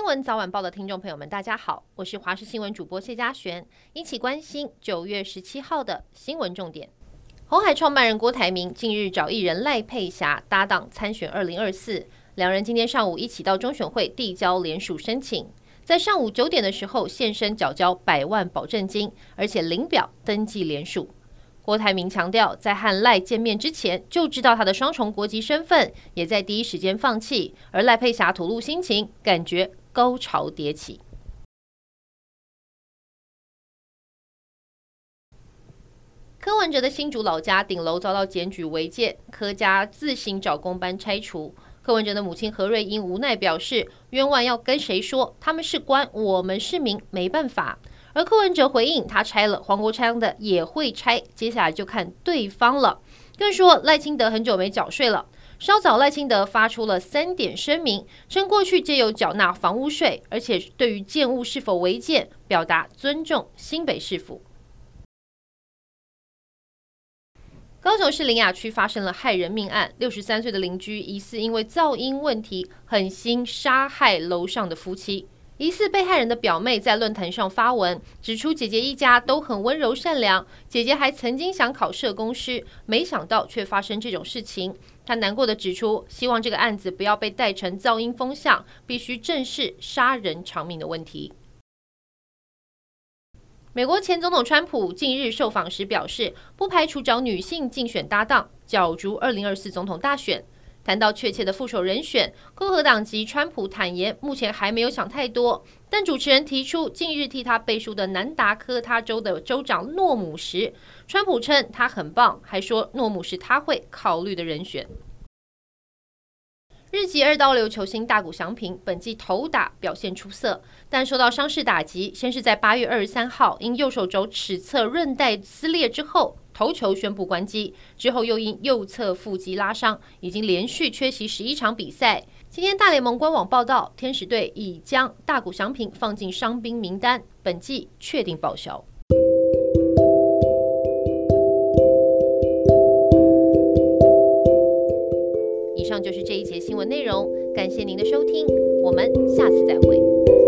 闻早晚报的听众朋友们，大家好，我是华视新闻主播谢嘉璇，一起关心9月17号的新闻重点。鸿海创办人郭台铭近日找艺人赖佩霞搭档参选2024，两人今天上午一起到中选会递交联署申请，在上午9点的时候现身缴交100万保证金，而且领表登记联署。郭台铭强调，在和赖见面之前就知道他的双重国籍身份，也在第一时间放弃。而赖佩霞吐露心情，感觉高潮迭起。柯文哲的新竹老家顶楼遭到检举违建，柯家自行找工班拆除。柯文哲的母亲何瑞英无奈表示，冤枉要跟谁说？他们是官，我们是民，没办法。而柯文哲回应，他拆了，黄国昌的也会拆，接下来就看对方了。更说赖清德很久没缴税了。稍早赖清德发出了3点声明，称过去皆有缴纳房屋税，而且对于建物是否违建，表达尊重新北市府。高雄市林雅区发生了害人命案，63岁的邻居疑似因为噪音问题狠心杀害楼上的夫妻。疑似被害人的表妹在论坛上发文，指出姐姐一家都很温柔善良，姐姐还曾经想考社工师，没想到却发生这种事情。她难过的指出，希望这个案子不要被带成噪音风向，必须正视杀人偿命的问题。美国前总统川普近日受访时表示，不排除找女性竞选搭档，角逐2024总统大选。谈到确切的副手人选，共和党籍川普坦言，目前还没有想太多。但主持人提出近日替他背书的南达科他州的州长诺姆时，川普称他很棒，还说诺姆是他会考虑的人选。日籍2刀流球星大谷翔平本季投打表现出色，但受到伤势打击，先是在8月23号因右手肘尺侧韧带撕裂之后，投球宣布关机，之后又因右侧腹肌拉伤，已经连续缺席11场比赛。今天大联盟官网报道，天使队已将大谷翔平放进伤兵名单，本季确定报销。以上就是这一节新闻内容，感谢您的收听，我们下次再会。